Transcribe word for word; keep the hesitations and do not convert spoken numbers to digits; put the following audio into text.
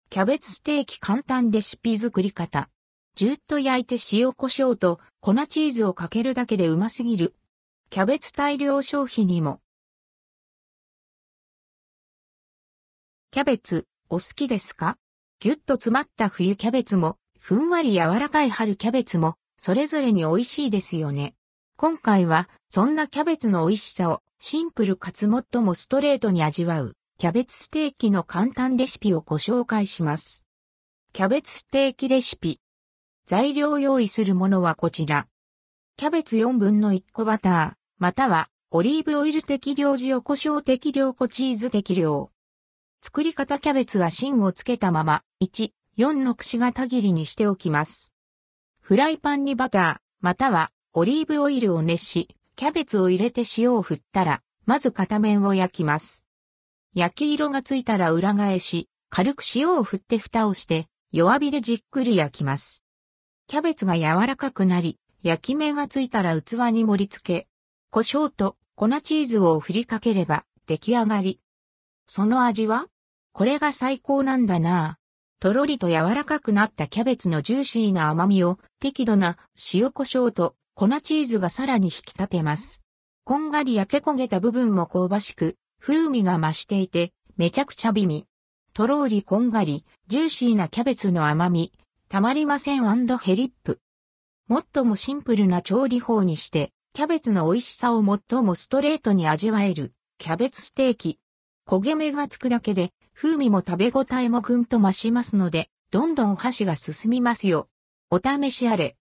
キャベツステーキ簡単レシピ作り方。じゅっと焼いて塩コショウと粉チーズをかけるだけでうますぎる。キャベツ大量消費にも。キャベツ、お好きですか？ぎゅっと詰まった冬キャベツも、ふんわり柔らかい春キャベツも、それぞれに美味しいですよね。今回は、そんなキャベツの美味しさを、シンプルかつ最もストレートに味わう、キャベツステーキの簡単レシピをご紹介します。キャベツステーキレシピ。材料用意するものはこちら。キャベツよんぶんのいちこバター、または、オリーブオイル適量塩コショウ適量粉チーズ適量。作り方キャベツは芯をつけたまま、いち、よんのくし形切りにしておきます。フライパンにバター、またはオリーブオイルを熱し、キャベツを入れて塩を振ったら、まず片面を焼きます。焼き色がついたら裏返し、軽く塩を振って蓋をして、弱火でじっくり焼きます。キャベツが柔らかくなり、焼き目がついたら器に盛り付け、胡椒と粉チーズを振りかければ出来上がり。その味は？これが最高なんだなぁ。とろりと柔らかくなったキャベツのジューシーな甘みを適度な塩コショウと粉チーズがさらに引き立てます。こんがり焼け焦げた部分も香ばしく、風味が増していて、めちゃくちゃ美味。とろりこんがり、ジューシーなキャベツの甘み、たまりません&ヘリップ。最もシンプルな調理法にして、キャベツの美味しさを最もストレートに味わえる、キャベツステーキ。焦げ目がつくだけで、風味も食べ応えもぐんと増しますので、どんどん箸が進みますよ。お試しあれ。